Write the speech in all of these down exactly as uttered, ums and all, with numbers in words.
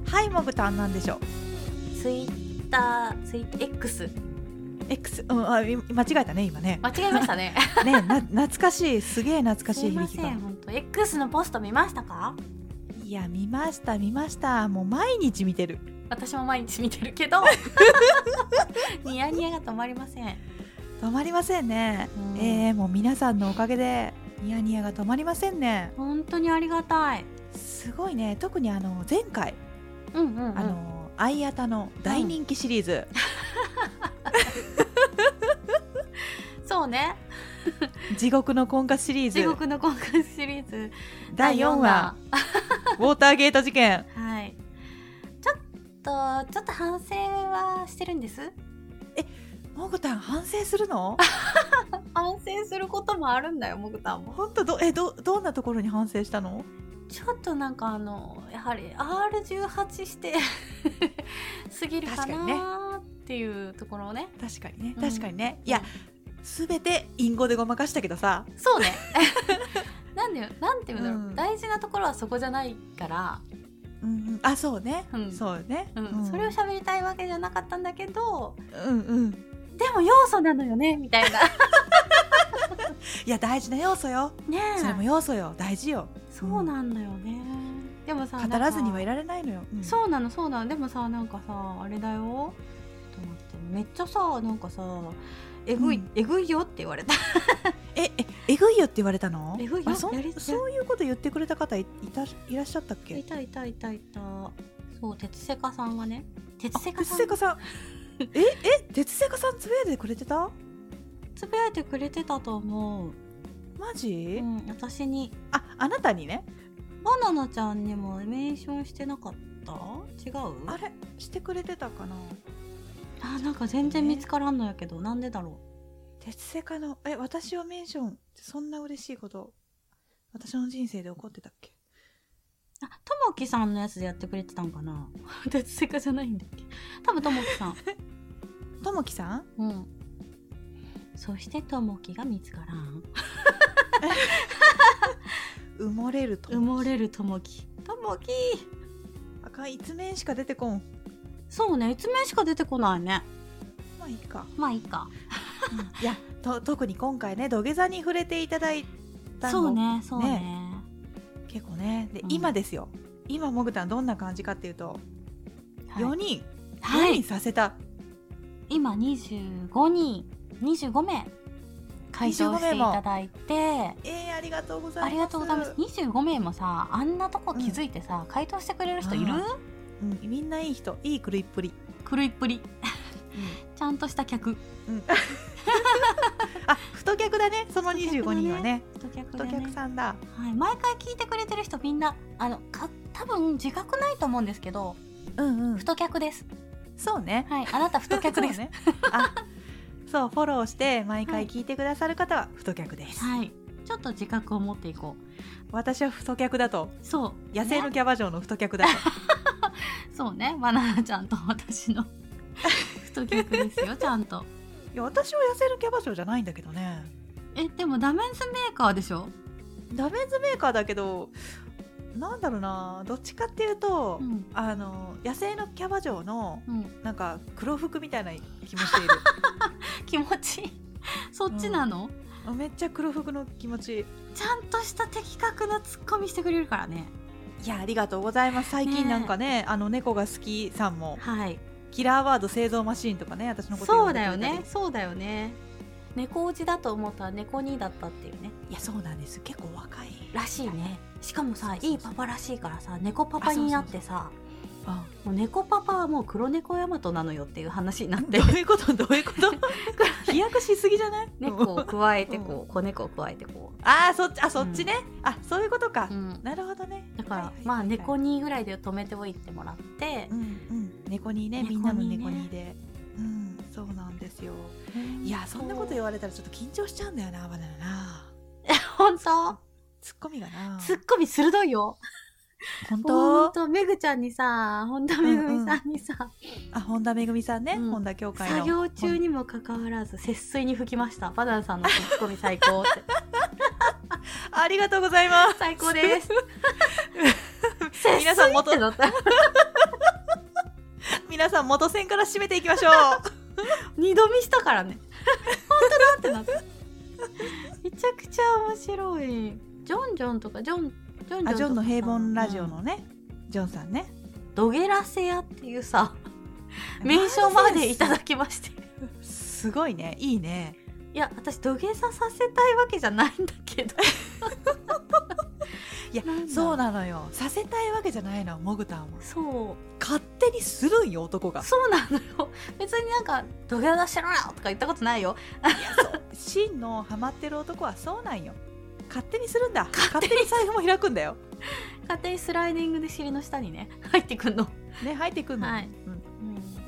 はいもぐたんなんでしょう。 ツイッターツイッター X X、うん、あ間違えたね今ね。 間違えましたねねな懐かしい、すげえ懐かしい響きが。 すいません本当 X のポスト見ましたか？ いや見ました見ました、もう毎日見てる。 私も毎日見てるけどニヤニヤが止まりません。 止まりませんね、うん、えー、もう皆さんのおかげでニヤニヤが止まりませんね。 本当にありがたい。 すごいね。特にあの前回、 うんうんうん、 あのあいあたの大人気シリーズ、 うん、そうね地獄の婚活シリーズ地獄の婚活シリーズだいよんわウォーターゲート事件はい、ちょっとちょっと反省はしてるんです。 え、もぐたん反省するの？ 反省することもあるんだよ、もぐたんも。 ほんと、どえどどんなところに反省したの？ ちょっとなんかあのやはり アールじゅうはち してすぎるかなっていうところをね。 確かにね、確かにね、うん、いや、すべて隠語でごまかしたけどさ。 そうねなんでなんていうんだろう、 うん、大事なところはそこじゃないから、 うんうん、あ、そうね、うん、そうね、 うんうん、それを喋りたいわけじゃなかったんだけど、 うんうん、 でも要素なのよねみたいな。 いや大事な要素よ、 ね、 それも要素よ、大事よ。 そうなんだよね、うん、でもさ語らずにはいられないのよ、 うん、そうなのそうなの。でもさなんかさあれだよ、ちょっと待って、めっちゃさなんかさえぐい、うん、えぐいよって言われたえええぐいよって言われたの？ えぐいよ、 あ、そやりそういうこと言ってくれた方 い, い, たいらっしゃったっけ？ いたいたいたいた。そう、鉄セカさんがね、鉄セカさん鉄セカさんええ鉄セカさんつぶやいてくれてた？ つぶやいてくれてたと思う。 マジ？ うん、私に。 あ、あなたにね。 バナナちゃんにもメンションしてなかった？違う？ あれしてくれてたかな。 あ、なんか全然見つからんのやけど、ね、なんでだろう。鉄セカのえ私をメンション、そんな嬉しいこと私の人生で起こってたっけ？ あ、ともきさんのやつでやってくれてたんかな。鉄セカじゃないんだっけ？多分ともきさん。 ともきさん？ うん。そしてともきが見つからん。 埋もれるともき。 埋もれるともき。ともき。 あかん、一面しか出てこん。 そうね、一面しか出てこないね。 まあいいか。 まあいいか。 うん、いやと特に今回ね土下座に触れていただいたの。 そうねそうね。ね結構ねで、うん、今ですよ。今もぐたんどんな感じかっていうと、はい、よにん、はい、よにんさせた。 今にじゅうごにんにじゅうごめい回答していただいて、えー、ありがとうございます。 ありがとうございます。にじゅうごめいもさあんなとこ気づいてさ、うん、回答してくれる人いる？ うん、みんないい人、いい狂いっぷり狂いっぷり、うん、ちゃんとした客、うん、 あ、太客だね、そのにじゅうごにんはね。 太客だね、 太客さんだ、 はい、毎回聞いてくれてる人みんなあのか多分自覚ないと思うんですけど、うんうん、太客です。 そうね、 はい、あなた太客です。 ね、あ、そう、フォローして毎回聞いてくださる方は太客です。 はい、ちょっと自覚を持っていこう。 私は太客だと。 そう、 野生のキャバ嬢の太客だと。 そうね、バナナちゃんと私の太客ですよ、ちゃんと。 いや、私は野生のキャバ嬢じゃないんだけどね。 え、でもダメンズメーカーでしょ？ ダメンズメーカーだけど、なんだろうな、どっちかっていうと、うん、あの野生のキャバ嬢の、うん、なんか黒服みたいな気もしている。 気持ちいい。そっちなの？ うん、めっちゃ黒服の気持ちいい。 ちゃんとした的確なツッコミしてくれるからね。 いや、ありがとうございます。最近なんか ね, ねあの猫が好きさんも、 はい、 キラーワード製造マシーンとかね、私のこと言われてくれたり。そうだよね、そうだよね。猫おじだと思ったら猫にだったっていうね。 いや、そうなんです。結構若いらしいね。しかもさ、いいパパらしいからさ、猫パパになってさ、あ、もう猫パパはもう黒猫ヤマトなのよっていう話になって。 どういうことどういうこと飛躍しすぎじゃない？ 猫を加えてこう、子猫を加えてこう。 ああ、そっち、あ、そっちね、うん、あ、そういうことか、うん、なるほどね。 だから、はいはいはいはい、まあ猫にぐらいで止めておいてもらって、 うんうん、猫にね、みんなの猫にで、うん、そうなんですよ。いや、そんなこと言われたらちょっと緊張しちゃうんだよな、バナナな。 本当？ ツッコミがな。 ツッコミ鋭いよ。 本当？ 本当、めぐちゃんにさ、本田めぐみさんにさ、うんうん、あ、本田めぐみさんね、うん、本田協会の作業中にもかかわらず節水に吹きました。バナナさんのツッコミ最高って。 ありがとうございます。 最高です。 皆さん元だった。 さん元線から締めていきましょう。 二度見したからね。本当だってなってめちゃくちゃ面白い。ジョンジョンとかジョンジョンあジョンの平凡ラジオのね、うん、ジョンさんね、 ドゲラセ屋っていうさ名称までいただきましてすごいね、いいね。 いや私土下座させたいわけじゃないんだけどいやそうなのよ、させたいわけじゃないの、モグタンは。 そう勝手にするんよ、男が。 そうなのよ、別になんか土下座しろよとか言ったことないよ。 いやそう真のハマってる男はそうなんよ、勝手にするんだ。勝手に財布も開くんだよ。 勝手にスライディングで尻の下にね入ってくんのね、入ってくんの、 はい、 うん、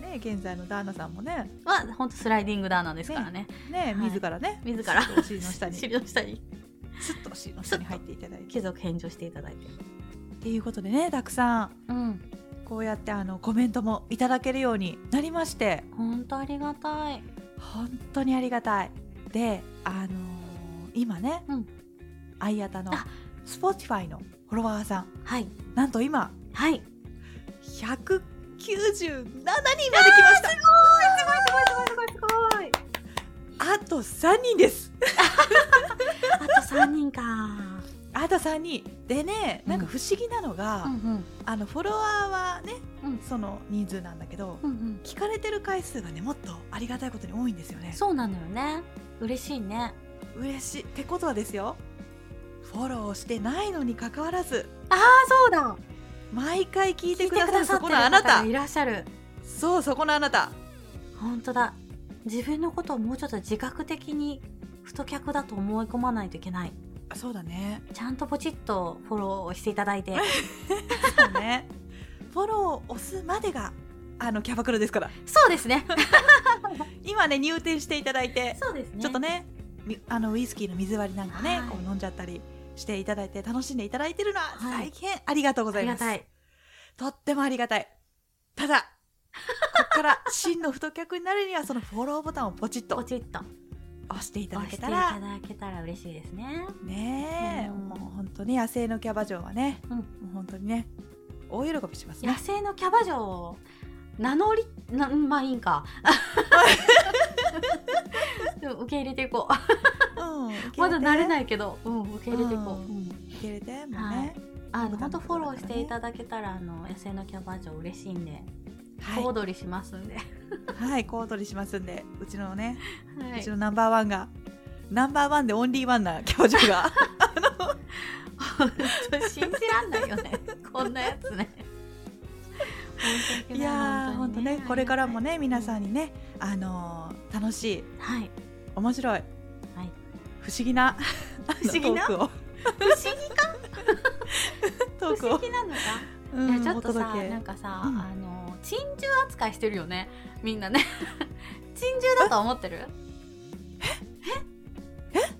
ね、現在の旦那さんもねは本当スライディングダーなんですからね。 ね、ね、自らね、 はい、自ら尻の下に尻の下にスッと尻の下に入っていただいて、 貴族返上していただいてっていうことでね、たくさん、 うん、 こうやってあのコメントもいただけるようになりまして、 本当ありがたい、 本当にありがたい。で、あのー、今ね、 うん、 あいあたの Spotify のフォロワーさん、 はい、 なんと今、 はい、 ひゃくきゅうじゅうななにんまで来ました。 すごいすごいすごいすごいすごい。 あとさんにんです。 あとさんにんか。 あとさんにんでね、なんか不思議なのが、うんうん、あのフォロワーはね、うん、その人数なんだけど、うんうん、聞かれてる回数がねもっとありがたいことに多いんですよね。 そうなのよね、嬉しいね。 嬉しいってことはですよ、フォローしてないのに関わらず、 ああそうだ、 毎回聞いてくださるそこのあなたいらっしゃる。 そう、そこのあなた、 本当だ、自分のことをもうちょっと自覚的に太客だと思い込まないといけない。 そうだね、 ちゃんとポチッとフォローしていただいてそうね、フォロー押すまでがあのキャバクラですから。 そうですね今ね入店していただいて、 そうですね、 ちょっとねあのウイスキーの水割りなんかね、はい、こう飲んじゃったりしていただいて楽しんでいただいてるのは大変ありがとうございます、はい、ありがたい、とってもありがたい。ただここから真の太客になるにはそのフォローボタンをポチッとポチッと押していただけたら、 押していただけたら嬉しいですね。 ねえ、うん、もう本当に野生のキャバ嬢はね、うん、もう本当にね大喜びしますね。 野生のキャバ嬢名乗りな、まあいいんかでも受け入れていこう、うん、まだ慣れないけど、うん、受け入れていこう、うん、 受け入れてもうね、 はい、あの本当フォローしていただけたらあの野生のキャバ嬢嬉しいんで、はい、小躍りしますんではい小躍りしますんで、うちのね、はい、うちのナンバーワンがナンバーワンでオンリーワンなキャバ嬢があの本当信じらんないよねこんなやつねいやー本当ね、ね、これからもね皆さんにね、あのー、楽しい、 はい、 面白い、はい、不思議な不思議なトークを不思議かトークを不思議なのか、うん、いやちょっとさなんかさ、うん、あの珍獣扱いしてるよねみんなね珍獣だと思ってる？えええ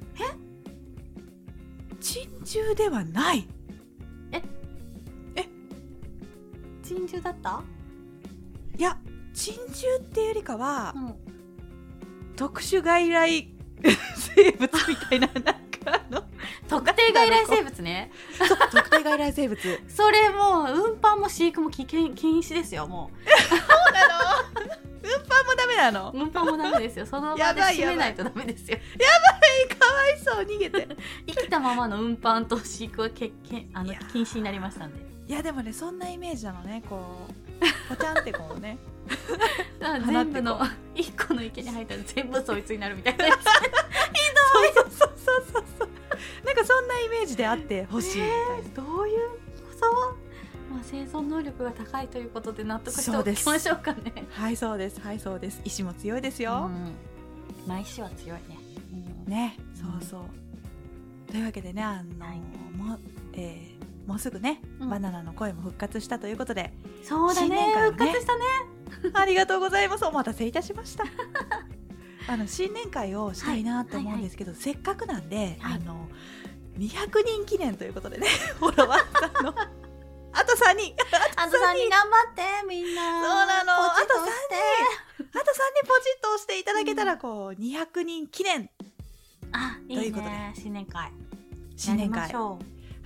珍獣ではない。 ええ珍獣だった？ いや珍獣っていうよりかは、うん、特殊外来生物みたいななんかあの特定外来生物ねそう特定外来生物それもう運搬も飼育も危険禁止ですよもうそうなの運搬もダメなの？ 運搬もダメですよ、その場で閉めないとダメですよ。 やばい、かわいそう、逃げて生きたままの運搬と飼育はけけあの禁止になりましたんで。 いやでもねそんなイメージなのね、こうポチャンってこうね全部のいっこの池に入ったら全部そいつになるみたいなひどいそうそうそうそうそうなんかそんなイメージであってほしいみたいな、 えー、どういうことまあ、生存能力が高いということで納得しておきましょうかね。 はいそうですはいそうです、意志も強いですよ、うん、 まあ意志は強いね、 うん、ねそうそう、うん、というわけでねあの、はい、も, えー、もうすぐね、うん、バナナの声も復活したということで、 そうだ ね, ね復活したねありがとうございます、お待たせいたしましたあの新年会をしたいなと思うんですけど、はいはいはい、せっかくなんで、はい、あのにひゃくにん記念ということでねフォロワーさんのあとさんにんあとさんにん頑張ってみんな。 そうなの、あとさんにんあとさんにんポチッと押していただけたらこう、うん、にひゃくにん記念あということでいいね、新年会新年会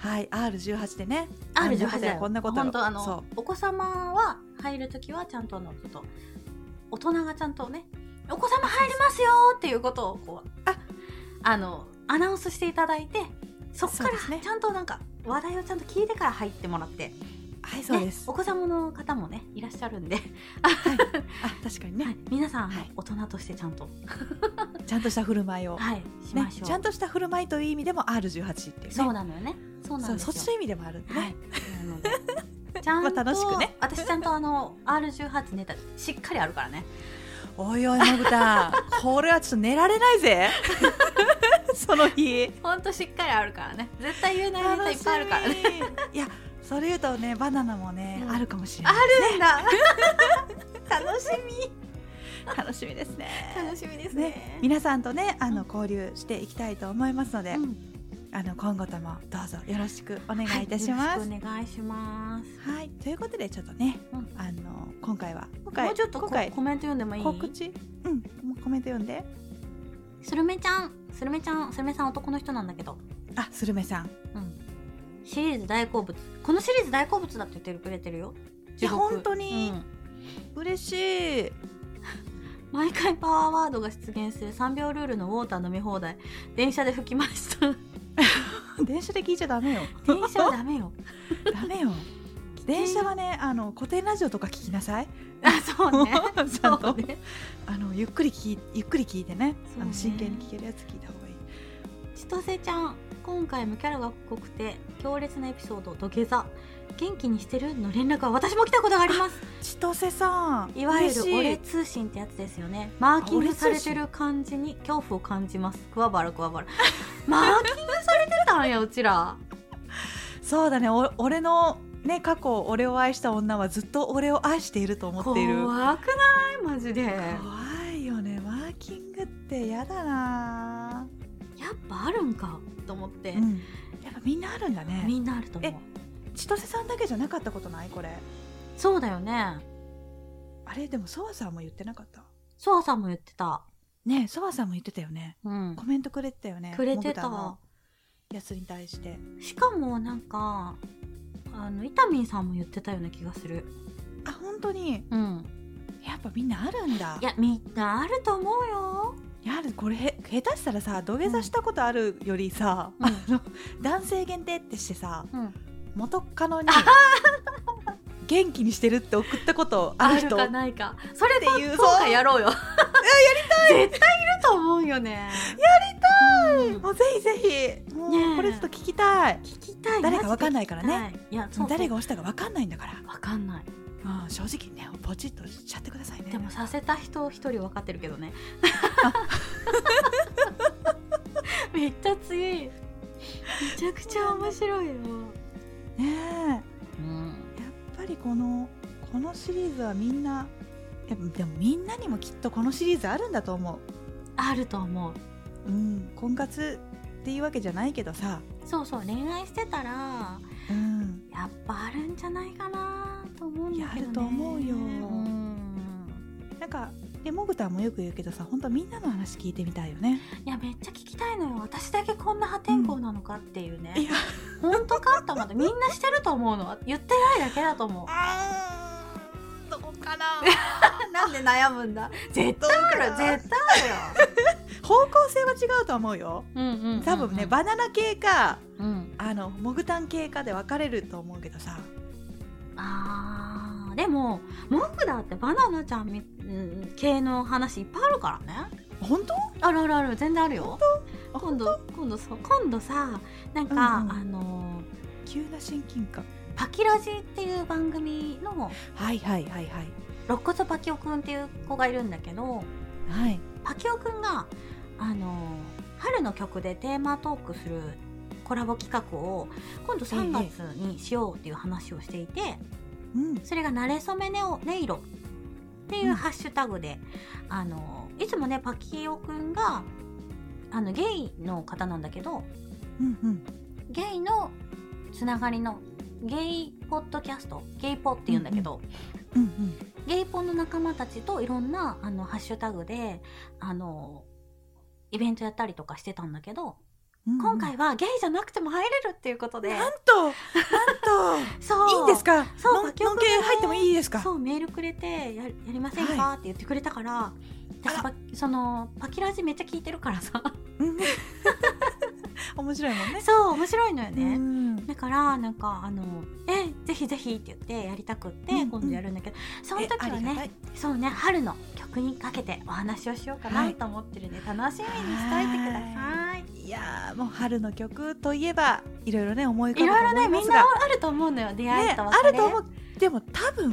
はい、アールじゅうはち でね。 アールじゅうはち だよ。 こんなこと本当あのお子様は入るときはちゃんとあのちょっと大人がちゃんとね、お子様入りますよっていうことをこうああのアナウンスしていただいて、そこからちゃんとなんか話題をちゃんと聞いてから入ってもらって。 はい、そうです、 ね、お子様の方もねいらっしゃるんで、はい、 あ確かにね、はい、 皆さん、はい、大人としてちゃんとちゃんとした振る舞いを、 はい、しましょう、 ね、ちゃんとした振る舞いという意味でも アールじゅうはち っていうね、 そうなのよね、そうなんですよ、 そっちの意味でもあるんでね、はい、 なのでちゃんと、まあ、 楽しくね、 私ちゃんとあの アールじゅうはち ネタしっかりあるからね。 おいおいもぐたんこれはちょっと寝られないぜその日ほんとしっかりあるからね、絶対言えないネタいっぱいあるからねいやそれ言うとねバナナもね、うん、あるかもしれない、 ね、あるんだ楽しみ楽しみですね楽しみですね、ね、 皆さんとねあの交流していきたいと思いますので、うん、あの今後ともどうぞよろしくお願いいたします、 はい、よろしくお願いします。 はい、ということでちょっとね、うん、あの今回は今回もうちょっと今回コメント読んでもいい？ 告知、うん、もうコメント読んで。 スルメちゃん、スルメちゃん、スルメさん男の人なんだけど。 あ、スルメさん。 うん。シリーズ大好物。このシリーズ大好物だって言ってるくれてるよ。 いや本当に、うん、嬉しい。 毎回パワーワードが出現するさんびょうルールのウォーター飲み放題。電車で吹きました。 電車で聞いちゃダメよ。 電車はダメよ。 ダメよ。電車はね、あの古典ラジオとか聞きなさい。 あ、そうね。 ちゃんとね、あのゆっくり聞ゆっくり聞いてね、あの真剣に聞けるやつ聞いた方がいい。 千歳ちゃん、今回もキャラが濃くて強烈なエピソード土下座。元気にしてるの連絡は私も来たことがあります。 千歳さん、 いわゆる俺通信ってやつですよね。マーキングされてる感じに恐怖を感じます。くわばらくわばら。マーキングされてたんやうちら。 そうだね、お俺のね、過去俺を愛した女はずっと俺を愛していると思っている。 怖くないマジで。 怖いよね。マーキングってやだな。 やっぱあるんかと思って、 うん、やっぱみんなあるんだね。 みんなあると思う。 え、千歳さんだけじゃなかったことないこれ？ そうだよね。 あれでもソワさんも言ってなかった？ ソワさんも言ってたね。ソワさんも言ってたよね、 うん、 コメントくれてたよね。 くれてたやつに対して。 しかもなんかあのイタミンさんも言ってたような気がする。 あ、本当に。 うん。 やっぱみんなあるんだ。 いや、みんなあると思うよ。 いや、これへ下手したらさ、土下座したことあるよりさ、うん、あの男性限定ってしてさ、うん、元カノに元気にしてるって送ったことある人あるかないか。それで今回やろうよ。いや、やりたい。絶対いると思うよね。やりたい、うん、もうぜひぜひもう、ね、これちょっと聞きたい。 聞きたい。 誰か分かんないからね。 いや、 そうそう、誰が押したか分かんないんだから。 分かんない。 うん、正直ね、ポチッとしちゃってくださいね。 でもさせた人一人分かってるけどね。めっちゃ強い。めちゃくちゃ面白いよ。ねえ、うん、やっぱりこのこのシリーズはみんな、やでもみんなにもきっとこのシリーズあるんだと思う。 あると思う。 うん、婚活っていうわけじゃないけどさ。 そうそう、恋愛してたら、うん、やっぱあるんじゃないかなと思うんだけどね。 やると思うよ。うん、なんかでもぐたんもよく言うけどさ、本当みんなの話聞いてみたいよね。 いや、めっちゃ聞きたいのよ。私だけこんな破天荒なのかっていうね。うん、いや本当かと思って。みんなしてると思うのは言ってないだけだと思う。 あー、どこかな。 なんで悩むんだ。絶対ある、絶対あるよ。 方向性は違うと思うよ。うんうんうんうん、多分ね、バナナ系か、うん、あのモグタン系かで分かれると思うけどさ。 あー、でもモグだってバナナちゃん系の話いっぱいあるからね。 本当？ あるあるある、全然あるよ。今度今度さ今度さなんか、うんうん、あの急な親近感。 パキラジっていう番組の、 はいはいはいはい、 肋骨パキオくんっていう子がいるんだけど、 はい、 パキオくんがあの春の曲でテーマトークするコラボ企画を今度さんがつにしようっていう話をしていて、ええ、うん、それがなれそめねおねいろっていうハッシュタグで、うん、あのいつもねパキオくんがあのゲイの方なんだけど、うんうん、ゲイのつながりのゲイポッドキャスト、ゲイポっていうんだけど、うんうんうんうん、ゲイポの仲間たちといろんなあのハッシュタグであのイベントやったりとかしてたんだけど、 うん、今回はゲイじゃなくても入れるっていうことで、 なんとなんとそういいんですか。 そうノンケ入ってもいいですか。 そうメールくれて や, やりませんか、はい、って言ってくれたから、私パそのパキラジめっちゃ聞いてるからさ面白いもんね。 そう面白いのよね、うん、だからなんかあのえぜひぜひって言ってやりたくって、うんうん、今度やるんだけど、その時はねそうね春の曲にかけてお話をしようかなと思ってるんで、はい、楽しみにしておいてください。 いやもう春の曲といえばいろいろね思い浮かぶと思いますが、 いろいろねみんなあると思うのよ、出会いと別れ、 ね、あると思う。でも多分、うん、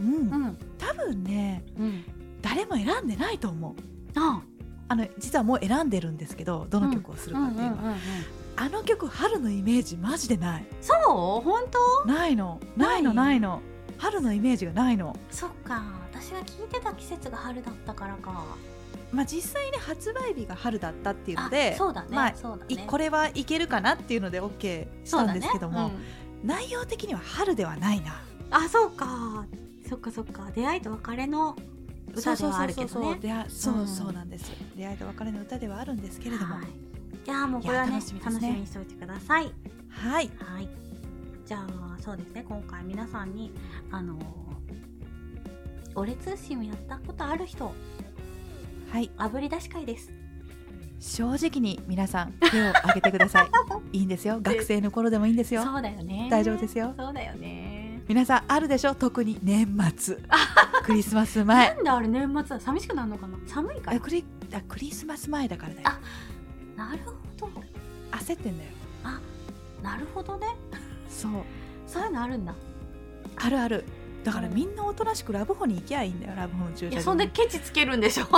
多分ね、うん、誰も選んでないと思う。ああの実はもう選んでるんですけど、どの曲をするかっていうのは、あの曲春のイメージマジでない。 そう本当ないのないのないの春のイメージがないの。 そっか、私が聞いてた季節が春だったからか。 まあ、実際ね発売日が春だったっていうので、 そうだね、 まあそうだね、 これはいけるかなっていうので OK したんですけども、ねうん、内容的には春ではないな。 あ、そうかそっかそっか、出会いと別れの歌ではあるけどね。 そうそうなんです、うん、出会いと別れの歌ではあるんですけれども、はい、 いやもうこれはね楽しみですね、楽しみにしておいてください。 はい、 はい、じゃあそうですね、今回皆さんにあの俺通信をやったことある人、はい、あぶり出し会です。 正直に皆さん手を挙げてください。いいんですよ、学生の頃でもいいんですよ。 そうだよね、 大丈夫ですよ。 そうだよね。 皆さんあるでしょ、特に年末クリスマス前。 なんであれ年末は寂しくなるのかな、寒いから。 クリ, あクリスマス前だからだよ。 あ、なるほど、 焦ってんだよ。 あ、なるほどね。 そう、 そういうのあるんだ。 あるある。だからみんなおとなしくラブホに行きゃいいんだよ、ラブホの駐車場に。いや、 そんでケチつけるんでしょ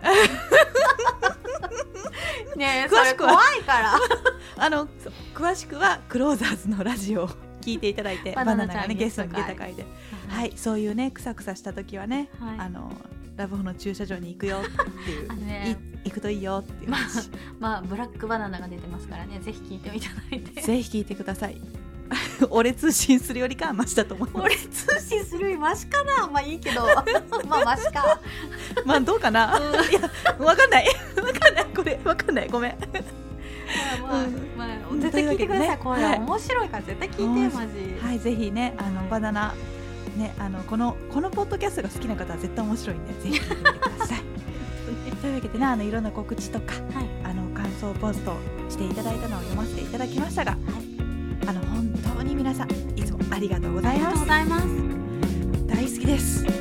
ねえ、それ怖いからあの詳しくはクローザーズのラジオを聞いていただいて、バナナがねゲストに出た回で、はい、はい、そういうねクサクサした時はね、はい、あのラブホの駐車場に行くよっていう、ね、行くといいよっていう話。 まあ、まあブラックバナナが出てますからね、ぜひ聞いていただいて。 ぜひ聞いてください。俺通信するよりかはマシだと思います。 俺通信するよりマシかな。まあいいけどまあマシかまあどうかな、うん、いやわかんないわかんないこれわかんない、ごめん。 まあまあ、うんまあ、絶対聞いてください、ね、これ、はい、面白いから絶対聞いて、マジ。 はい、ぜひね、あのバナナね、あのこのこのポッドキャストが好きな方は絶対面白いんで、ぜひ聞いてみてくださいというわけでね、あのいろんな告知とか、はい、あの感想ポストしていただいたのを読ませていただきましたが、はい、あの本当に皆さんいつもありがとうございます。 ありがとうございます。 大好きです。